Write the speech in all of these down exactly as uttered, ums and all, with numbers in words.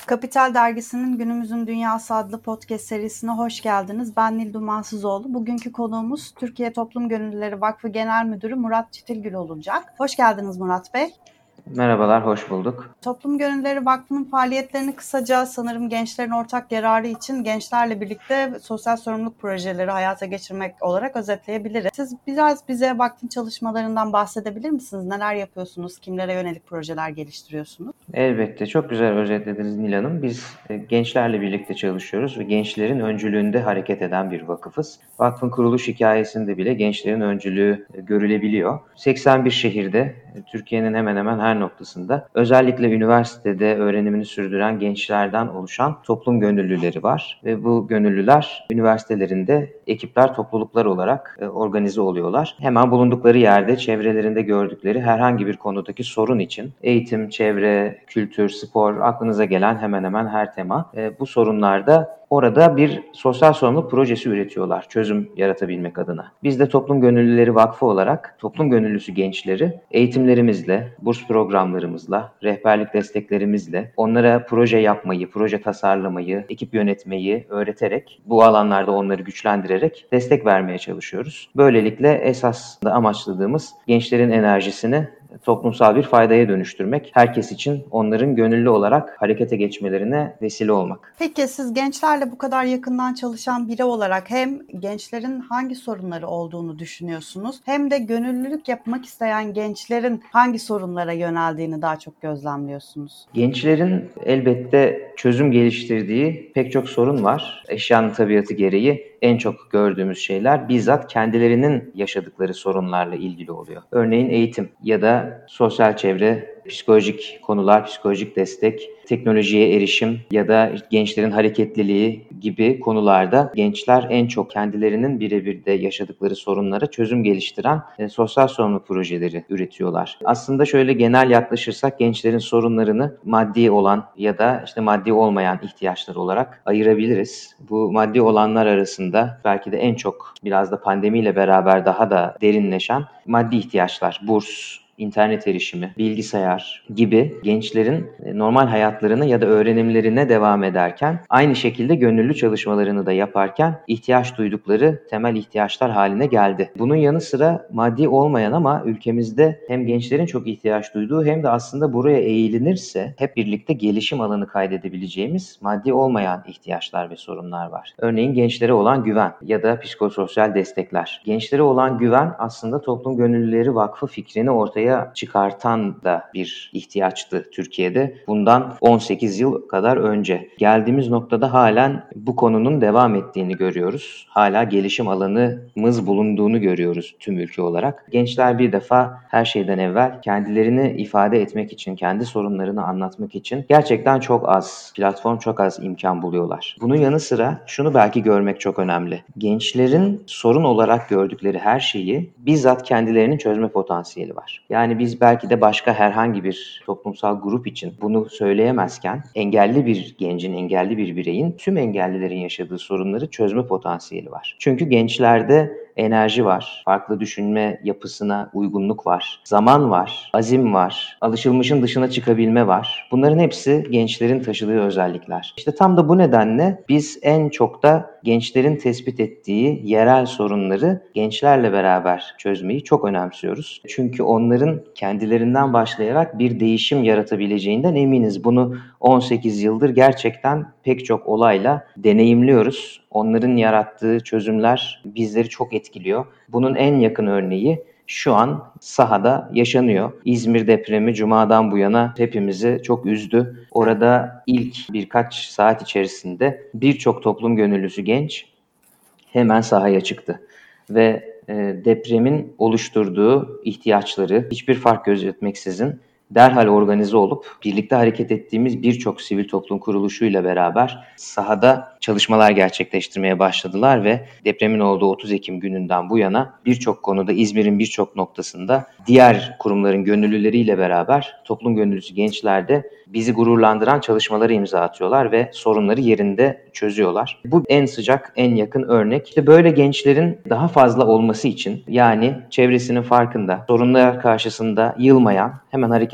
Kapital Dergisi'nin Günümüzün Dünyası adlı podcast serisine hoş geldiniz. Ben Nil Dumansızoğlu. Bugünkü konuğumuz Türkiye Toplum Gönüllüleri Vakfı Genel Müdürü Murat Çitilgül olacak. Hoş geldiniz Murat Bey. Merhabalar, hoş bulduk. Toplum Gönüllüleri Vakfı'nın faaliyetlerini kısaca sanırım gençlerin ortak yararı için gençlerle birlikte sosyal sorumluluk projeleri hayata geçirmek olarak özetleyebiliriz. Siz biraz bize vakfın çalışmalarından bahsedebilir misiniz? Neler yapıyorsunuz? Kimlere yönelik projeler geliştiriyorsunuz? Elbette, çok güzel özetlediniz Nil Hanım. Biz gençlerle birlikte çalışıyoruz ve gençlerin öncülüğünde hareket eden bir vakıfız. Vakfın kuruluş hikayesinde bile gençlerin öncülüğü görülebiliyor. seksen bir şehirde, Türkiye'nin hemen hemen her noktasında özellikle üniversitede öğrenimini sürdüren gençlerden oluşan toplum gönüllüleri var. Ve bu gönüllüler üniversitelerinde ekipler, topluluklar olarak organize oluyorlar. Hemen bulundukları yerde, çevrelerinde gördükleri herhangi bir konudaki sorun için eğitim, çevre, kültür, spor, aklınıza gelen hemen hemen her tema. Bu sorunlarda orada bir sosyal sorumluluk projesi üretiyorlar çözüm yaratabilmek adına. Biz de Toplum Gönüllüleri Vakfı olarak toplum gönüllüsü gençleri eğitimlerimizle, burs programlarımızla, rehberlik desteklerimizle onlara proje yapmayı, proje tasarlamayı, ekip yönetmeyi öğreterek, bu alanlarda onları güçlendirerek destek vermeye çalışıyoruz. Böylelikle esas da amaçladığımız gençlerin enerjisini toplumsal bir faydaya dönüştürmek, herkes için onların gönüllü olarak harekete geçmelerine vesile olmak. Peki siz gençlerle bu kadar yakından çalışan biri olarak hem gençlerin hangi sorunları olduğunu düşünüyorsunuz, hem de gönüllülük yapmak isteyen gençlerin hangi sorunlara yöneldiğini daha çok gözlemliyorsunuz? Gençlerin elbette çözüm geliştirdiği pek çok sorun var. Eşyanın tabiatı gereği en çok gördüğümüz şeyler bizzat kendilerinin yaşadıkları sorunlarla ilgili oluyor. Örneğin eğitim ya da sosyal çevre, psikolojik konular, psikolojik destek, teknolojiye erişim ya da gençlerin hareketliliği gibi konularda gençler en çok kendilerinin birebir de yaşadıkları sorunlara çözüm geliştiren e, sosyal sorumluluk projeleri üretiyorlar. Aslında şöyle genel yaklaşırsak gençlerin sorunlarını maddi olan ya da işte maddi olmayan ihtiyaçlar olarak ayırabiliriz. Bu maddi olanlar arasında belki de en çok biraz da pandemiyle beraber daha da derinleşen maddi ihtiyaçlar, burs, İnternet erişimi, bilgisayar gibi gençlerin normal hayatlarını ya da öğrenimlerine devam ederken aynı şekilde gönüllü çalışmalarını da yaparken ihtiyaç duydukları temel ihtiyaçlar haline geldi. Bunun yanı sıra maddi olmayan ama ülkemizde hem gençlerin çok ihtiyaç duyduğu hem de aslında buraya eğilinirse hep birlikte gelişim alanı kaydedebileceğimiz maddi olmayan ihtiyaçlar ve sorunlar var. Örneğin gençlere olan güven ya da psikososyal destekler. Gençlere olan güven aslında Toplum Gönüllüleri Vakfı fikrini ortaya çıkartan da bir ihtiyaçtı Türkiye'de. Bundan on sekiz yıl kadar önce. Geldiğimiz noktada halen bu konunun devam ettiğini görüyoruz. Hala gelişim alanımız bulunduğunu görüyoruz tüm ülke olarak. Gençler bir defa her şeyden evvel kendilerini ifade etmek için, kendi sorunlarını anlatmak için gerçekten çok az platform, çok az imkan buluyorlar. Bunun yanı sıra şunu belki görmek çok önemli. Gençlerin sorun olarak gördükleri her şeyi bizzat kendilerinin çözme potansiyeli var. Yani biz belki de başka herhangi bir toplumsal grup için bunu söyleyemezken engelli bir gencin, engelli bir bireyin tüm engellilerin yaşadığı sorunları çözme potansiyeli var. Çünkü gençlerde enerji var, farklı düşünme yapısına uygunluk var, zaman var, azim var, alışılmışın dışına çıkabilme var. Bunların hepsi gençlerin taşıdığı özellikler. İşte tam da bu nedenle biz en çok da gençlerin tespit ettiği yerel sorunları gençlerle beraber çözmeyi çok önemsiyoruz. Çünkü onların kendilerinden başlayarak bir değişim yaratabileceğinden eminiz. Bunu on sekiz yıldır gerçekten pek çok olayla deneyimliyoruz. Onların yarattığı çözümler bizleri çok etkiliyor. Bunun en yakın örneği şu an sahada yaşanıyor. İzmir depremi Cuma'dan bu yana hepimizi çok üzdü. Orada ilk birkaç saat içerisinde birçok toplum gönüllüsü genç hemen sahaya çıktı. Ve e, depremin oluşturduğu ihtiyaçları hiçbir fark gözetmeksizin derhal organize olup birlikte hareket ettiğimiz birçok sivil toplum kuruluşuyla beraber sahada çalışmalar gerçekleştirmeye başladılar ve depremin olduğu otuz Ekim gününden bu yana birçok konuda İzmir'in birçok noktasında diğer kurumların gönüllüleriyle beraber toplum gönüllüsü gençler de bizi gururlandıran çalışmaları imza atıyorlar ve sorunları yerinde çözüyorlar. Bu en sıcak, en yakın örnek. İşte böyle gençlerin daha fazla olması için, yani çevresinin farkında, sorunlar karşısında yılmayan, hemen harekete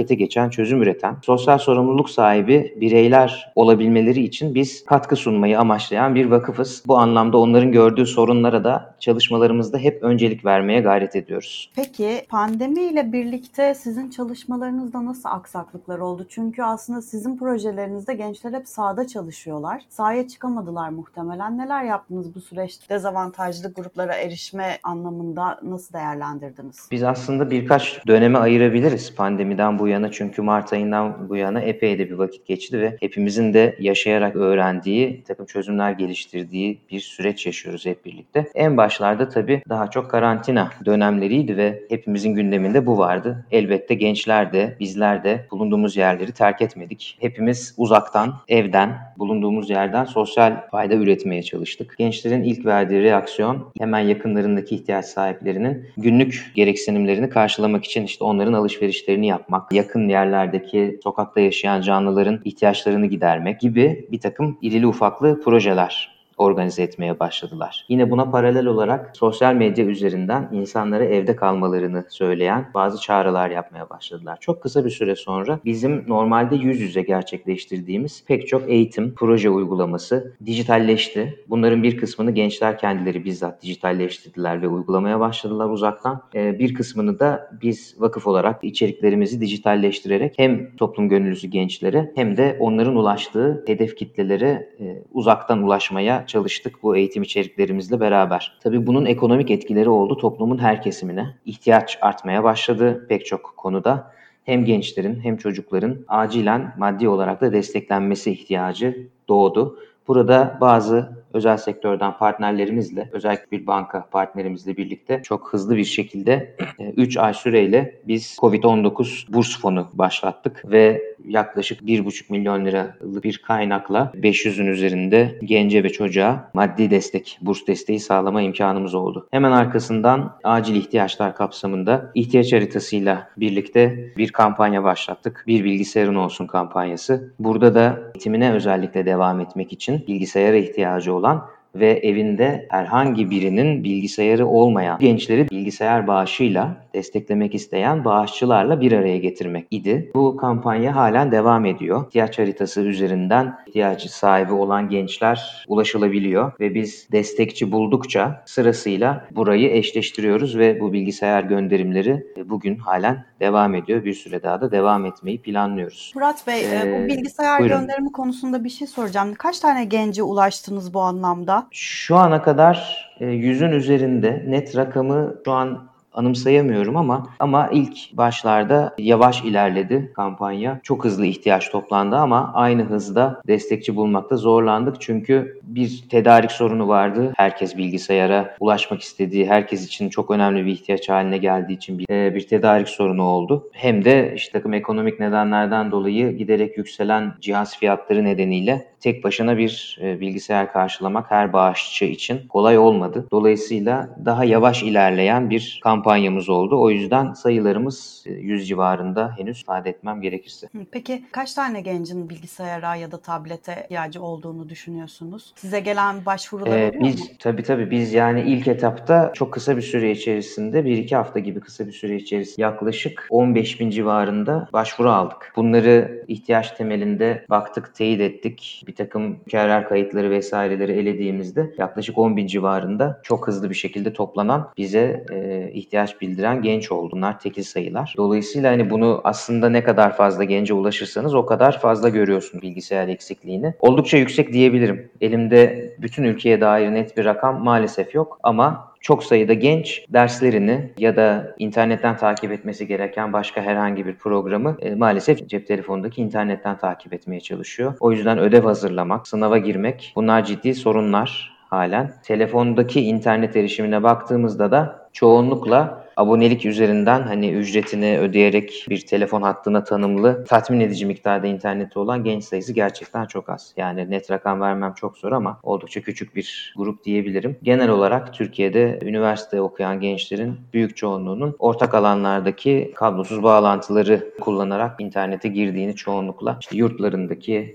harekete geçen, çözüm üreten, sosyal sorumluluk sahibi bireyler olabilmeleri için biz katkı sunmayı amaçlayan bir vakıfız. Bu anlamda onların gördüğü sorunlara da çalışmalarımızda hep öncelik vermeye gayret ediyoruz. Peki pandemiyle birlikte sizin çalışmalarınızda nasıl aksaklıklar oldu? Çünkü aslında sizin projelerinizde gençler hep sahada çalışıyorlar. Sahaya çıkamadılar muhtemelen. Neler yaptınız bu süreçte? Dezavantajlı gruplara erişme anlamında nasıl değerlendirdiniz? Biz aslında birkaç döneme ayırabiliriz pandemiden bu yana, çünkü Mart ayından bu yana epey de bir vakit geçti ve hepimizin de yaşayarak öğrendiği, bir takım çözümler geliştirdiği bir süreç yaşıyoruz hep birlikte. En başlarda tabii daha çok karantina dönemleriydi ve hepimizin gündeminde bu vardı. Elbette gençler de, bizler de bulunduğumuz yerleri terk etmedik. Hepimiz uzaktan, evden, bulunduğumuz yerden sosyal fayda üretmeye çalıştık. Gençlerin ilk verdiği reaksiyon, hemen yakınlarındaki ihtiyaç sahiplerinin günlük gereksinimlerini karşılamak için işte onların alışverişlerini yapmak, yakın yerlerdeki sokakta yaşayan canlıların ihtiyaçlarını gidermek gibi bir takım irili ufaklı projeler organize etmeye başladılar. Yine buna paralel olarak sosyal medya üzerinden insanlara evde kalmalarını söyleyen bazı çağrılar yapmaya başladılar. Çok kısa bir süre sonra bizim normalde yüz yüze gerçekleştirdiğimiz pek çok eğitim, proje uygulaması dijitalleşti. Bunların bir kısmını gençler kendileri bizzat dijitalleştirdiler ve uygulamaya başladılar uzaktan. Ee, bir kısmını da biz vakıf olarak içeriklerimizi dijitalleştirerek hem toplum gönüllüsü gençlere hem de onların ulaştığı hedef kitlelere e, uzaktan ulaşmaya çalıştık bu eğitim içeriklerimizle beraber. Tabii bunun ekonomik etkileri oldu toplumun her kesimine. İhtiyaç artmaya başladı pek çok konuda. Hem gençlerin hem çocukların acilen maddi olarak da desteklenmesi ihtiyacı doğdu. Burada bazı özel sektörden partnerlerimizle, özellikle bir banka partnerimizle birlikte çok hızlı bir şekilde üç ay süreyle biz kovid on dokuz burs fonu başlattık ve yaklaşık bir buçuk milyon liralık bir kaynakla beş yüzün üzerinde gence ve çocuğa maddi destek, burs desteği sağlama imkanımız oldu. Hemen arkasından acil ihtiyaçlar kapsamında ihtiyaç haritasıyla birlikte bir kampanya başlattık. Bir bilgisayarın olsun kampanyası. Burada da eğitimine özellikle devam etmek için bilgisayara ihtiyacı olan ve evinde herhangi birinin bilgisayarı olmayan gençleri bilgisayar bağışıyla desteklemek isteyen bağışçılarla bir araya getirmek idi. Bu kampanya halen devam ediyor. İhtiyaç haritası üzerinden ihtiyacı sahibi olan gençler ulaşılabiliyor ve biz destekçi buldukça sırasıyla burayı eşleştiriyoruz ve bu bilgisayar gönderimleri bugün halen devam ediyor. Bir süre daha da devam etmeyi planlıyoruz. Murat Bey, Ee, bu bilgisayar buyurun. gönderimi konusunda bir şey soracağım. Kaç tane gence ulaştınız bu anlamda? Şu ana kadar e, yüzün üzerinde, net rakamı şu an anımsayamıyorum ama ama ilk başlarda yavaş ilerledi kampanya. Çok hızlı ihtiyaç toplandı ama aynı hızda destekçi bulmakta zorlandık. Çünkü bir tedarik sorunu vardı. Herkes bilgisayara ulaşmak istediği, herkes için çok önemli bir ihtiyaç haline geldiği için bir, e, bir tedarik sorunu oldu. Hem de işte takım ekonomik nedenlerden dolayı giderek yükselen cihaz fiyatları nedeniyle tek başına bir e, bilgisayar karşılamak her bağışçı için kolay olmadı. Dolayısıyla daha yavaş ilerleyen bir kampanyamız oldu. O yüzden sayılarımız e, yüz civarında henüz ifade etmem gerekirse. Peki kaç tane gencin bilgisayara ya da tablete ihtiyacı olduğunu düşünüyorsunuz? Size gelen başvurular Ee, oluyor mu? biz tabii tabii biz yani ilk etapta çok kısa bir süre içerisinde bir iki hafta gibi kısa bir süre içerisinde yaklaşık on beş bin civarında başvuru aldık. Bunları ihtiyaç temelinde baktık, teyit ettik. Bir takım mükerrer kayıtları vesaireleri elediğimizde yaklaşık on bin civarında çok hızlı bir şekilde toplanan bize e, ihtiyaç bildiren genç oldu. Bunlar tekil sayılar. Dolayısıyla hani bunu aslında ne kadar fazla gence ulaşırsanız o kadar fazla görüyorsunuz bilgisayar eksikliğini. Oldukça yüksek diyebilirim. Elimde bütün ülkeye dair net bir rakam maalesef yok ama çok sayıda genç derslerini ya da internetten takip etmesi gereken başka herhangi bir programı e, maalesef cep telefonundaki internetten takip etmeye çalışıyor. O yüzden ödev hazırlamak, sınava girmek bunlar ciddi sorunlar halen. Telefondaki internet erişimine baktığımızda da çoğunlukla abonelik üzerinden hani ücretini ödeyerek bir telefon hattına tanımlı tatmin edici miktarda interneti olan genç sayısı gerçekten çok az. Yani net rakam vermem çok zor ama oldukça küçük bir grup diyebilirim. Genel olarak Türkiye'de üniversite okuyan gençlerin büyük çoğunluğunun ortak alanlardaki kablosuz bağlantıları kullanarak internete girdiğini çoğunlukla işte yurtlarındaki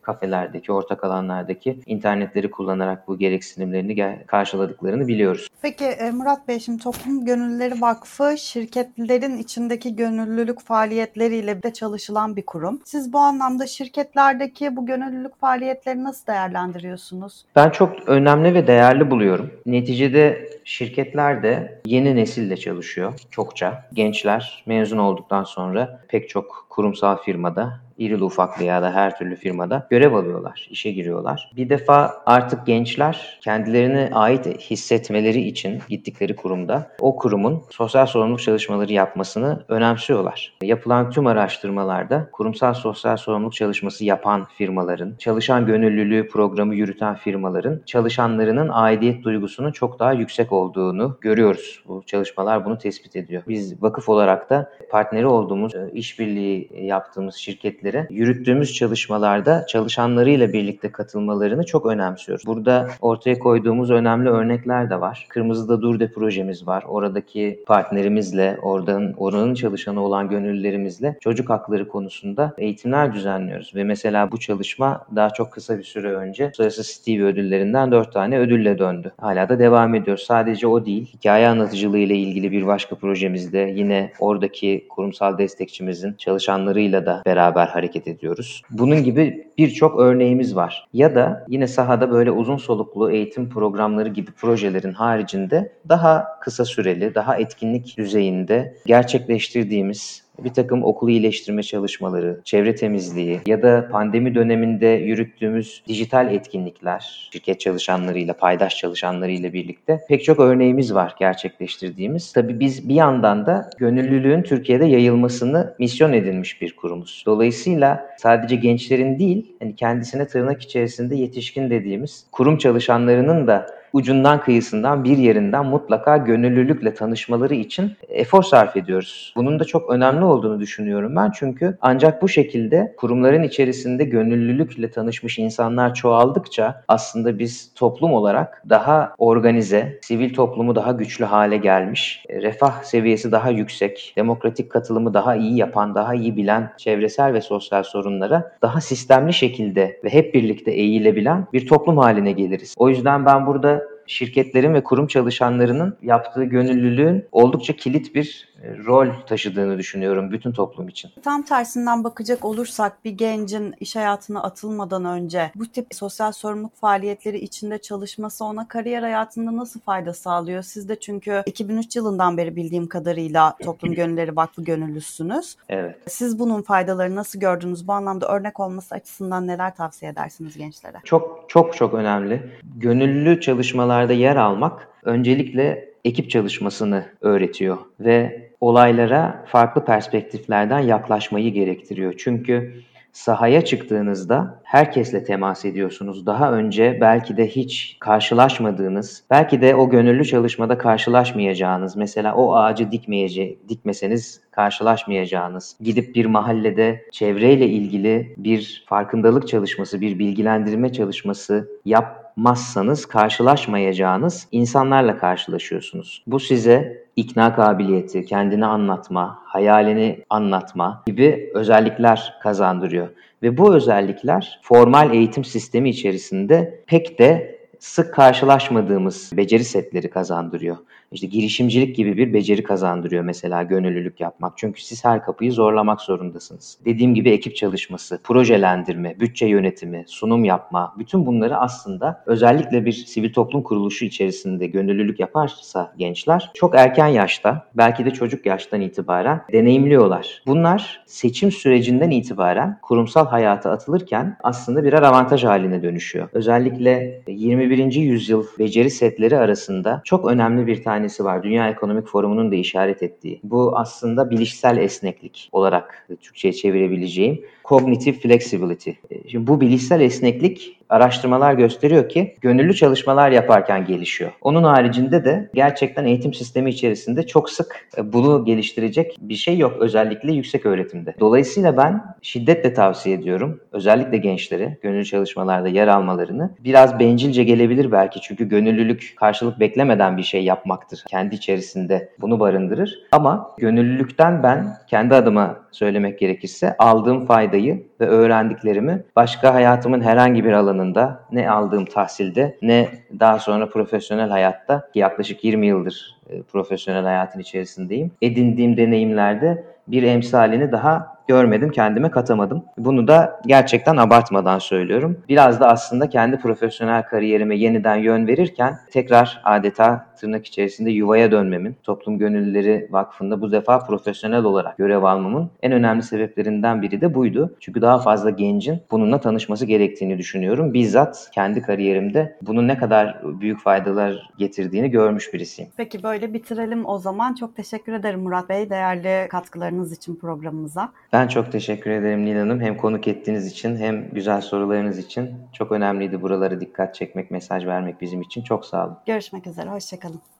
kafelerdeki, ortak alanlardaki internetleri kullanarak bu gereksinimlerini gel- karşıladıklarını biliyoruz. Peki e, Murat Bey, şimdi Toplum Gönüllüleri Vakfı şirketlerin içindeki gönüllülük faaliyetleriyle de çalışılan bir kurum. Siz bu anlamda şirketlerdeki bu gönüllülük faaliyetlerini nasıl değerlendiriyorsunuz? Ben çok önemli ve değerli buluyorum. Neticede şirketler de yeni nesille çalışıyor çokça. Gençler mezun olduktan sonra pek çok kurumsal firmada, irili ufaklı ya da her türlü firmada görev alıyorlar, işe giriyorlar. Bir defa artık gençler kendilerine ait hissetmeleri için gittikleri kurumda o kurumun sosyal sorumluluk çalışmaları yapmasını önemsiyorlar. Yapılan tüm araştırmalarda kurumsal sosyal sorumluluk çalışması yapan firmaların, çalışan gönüllülüğü programı yürüten firmaların çalışanlarının aidiyet duygusunun çok daha yüksek olduğunu görüyoruz. Bu çalışmalar bunu tespit ediyor. Biz vakıf olarak da partneri olduğumuz, işbirliği yaptığımız şirketlere yürüttüğümüz çalışmalarda çalışanlarıyla birlikte katılmalarını çok önemsiyoruz. Burada ortaya koyduğumuz önemli örnekler de var. Kırmızıda Durde projemiz var. Oradaki partnerimizle, oradan oranın çalışanı olan gönüllülerimizle çocuk hakları konusunda eğitimler düzenliyoruz. Ve mesela bu çalışma daha çok kısa bir süre önce Uluslararası Stevie ödüllerinden dört tane ödülle döndü. Hala da devam ediyor. Sadece o değil, hikaye anlatıcılığı ile ilgili bir başka projemizde yine oradaki kurumsal destekçimizin çalışanlarıyla da beraber hareket ediyoruz. Bunun gibi birçok örneğimiz var. Ya da yine sahada böyle uzun soluklu eğitim programları gibi projelerin haricinde daha kısa süreli, daha etkinlik düzeyinde gerçekleştirdiğimiz bir takım okul iyileştirme çalışmaları, çevre temizliği ya da pandemi döneminde yürüttüğümüz dijital etkinlikler, şirket çalışanlarıyla, paydaş çalışanlarıyla birlikte pek çok örneğimiz var gerçekleştirdiğimiz. Tabii biz bir yandan da gönüllülüğün Türkiye'de yayılmasını misyon edinmiş bir kurumuz. Dolayısıyla sadece gençlerin değil, hani kendisine tırnak içerisinde yetişkin dediğimiz kurum çalışanlarının da ucundan kıyısından bir yerinden mutlaka gönüllülükle tanışmaları için efor sarf ediyoruz. Bunun da çok önemli olduğunu düşünüyorum ben. Çünkü ancak bu şekilde kurumların içerisinde gönüllülükle tanışmış insanlar çoğaldıkça aslında biz toplum olarak daha organize, sivil toplumu daha güçlü hale gelmiş, refah seviyesi daha yüksek, demokratik katılımı daha iyi yapan, daha iyi bilen çevresel ve sosyal sorunlara daha sistemli şekilde ve hep birlikte eğilebilen bir toplum haline geliriz. O yüzden ben burada şirketlerin ve kurum çalışanlarının yaptığı gönüllülüğün oldukça kilit bir rol taşıdığını düşünüyorum bütün toplum için. Tam tersinden bakacak olursak bir gencin iş hayatına atılmadan önce bu tip sosyal sorumluluk faaliyetleri içinde çalışması ona kariyer hayatında nasıl fayda sağlıyor? Siz de çünkü iki bin üç yılından beri bildiğim kadarıyla Toplum Gönülleri Vakfı gönüllüsünüz. Evet. Siz bunun faydalarını nasıl gördünüz? Bu anlamda örnek olması açısından neler tavsiye edersiniz gençlere? Çok çok çok önemli. Gönüllü çalışmalarda yer almak öncelikle ekip çalışmasını öğretiyor ve olaylara farklı perspektiflerden yaklaşmayı gerektiriyor. Çünkü sahaya çıktığınızda herkesle temas ediyorsunuz. Daha önce belki de hiç karşılaşmadığınız, belki de o gönüllü çalışmada karşılaşmayacağınız, mesela o ağacı dikmeyece, dikmeseniz karşılaşmayacağınız, gidip bir mahallede çevreyle ilgili bir farkındalık çalışması, bir bilgilendirme çalışması yapmazsanız karşılaşmayacağınız insanlarla karşılaşıyorsunuz. Bu size ikna kabiliyeti, kendini anlatma, hayalini anlatma gibi özellikler kazandırıyor. Ve bu özellikler formal eğitim sistemi içerisinde pek de sık karşılaşmadığımız beceri setleri kazandırıyor. İşte girişimcilik gibi bir beceri kazandırıyor mesela gönüllülük yapmak. Çünkü siz her kapıyı zorlamak zorundasınız. Dediğim gibi ekip çalışması, projelendirme, bütçe yönetimi, sunum yapma, bütün bunları aslında özellikle bir sivil toplum kuruluşu içerisinde gönüllülük yaparsa gençler çok erken yaşta, belki de çocuk yaştan itibaren deneyimliyorlar. Bunlar seçim sürecinden itibaren kurumsal hayata atılırken aslında birer avantaj haline dönüşüyor. Özellikle yirmi birinci yüzyıl beceri setleri arasında çok önemli bir tanesi var. Dünya Ekonomik Forumu'nun da işaret ettiği. Bu aslında bilişsel esneklik olarak Türkçe'ye çevirebileceğim cognitive flexibility. Şimdi bu bilişsel esneklik araştırmalar gösteriyor ki gönüllü çalışmalar yaparken gelişiyor. Onun haricinde de gerçekten eğitim sistemi içerisinde çok sık bunu geliştirecek bir şey yok, özellikle yüksek öğretimde. Dolayısıyla ben şiddetle tavsiye ediyorum özellikle gençlere gönüllü çalışmalarda yer almalarını. Biraz bencilce gelebilir belki, çünkü gönüllülük karşılık beklemeden bir şey yapmaktır. Kendi içerisinde bunu barındırır. Ama gönüllülükten ben kendi adıma söylemek gerekirse aldığım faydayı ve öğrendiklerimi başka hayatımın herhangi bir alanında, ne aldığım tahsilde ne daha sonra profesyonel hayatta, ki yaklaşık yirmi yıldır e, profesyonel hayatın içerisindeyim, edindiğim deneyimlerde bir emsalini daha görmedim, kendime katamadım. Bunu da gerçekten abartmadan söylüyorum. Biraz da aslında kendi profesyonel kariyerime yeniden yön verirken tekrar adeta tırnak içerisinde yuvaya dönmemin, Toplum Gönüllüleri Vakfı'nda bu defa profesyonel olarak görev almamın en önemli sebeplerinden biri de buydu. Çünkü daha fazla gencin bununla tanışması gerektiğini düşünüyorum. Bizzat kendi kariyerimde bunun ne kadar büyük faydalar getirdiğini görmüş birisiyim. Peki böyle bitirelim o zaman. Çok teşekkür ederim Murat Bey, değerli katkılarınız için programımıza. Ben çok teşekkür ederim Nil Hanım. Hem konuk ettiğiniz için hem güzel sorularınız için. Çok önemliydi buralara dikkat çekmek, mesaj vermek bizim için. Çok sağ olun. Görüşmek üzere, hoşça kalın.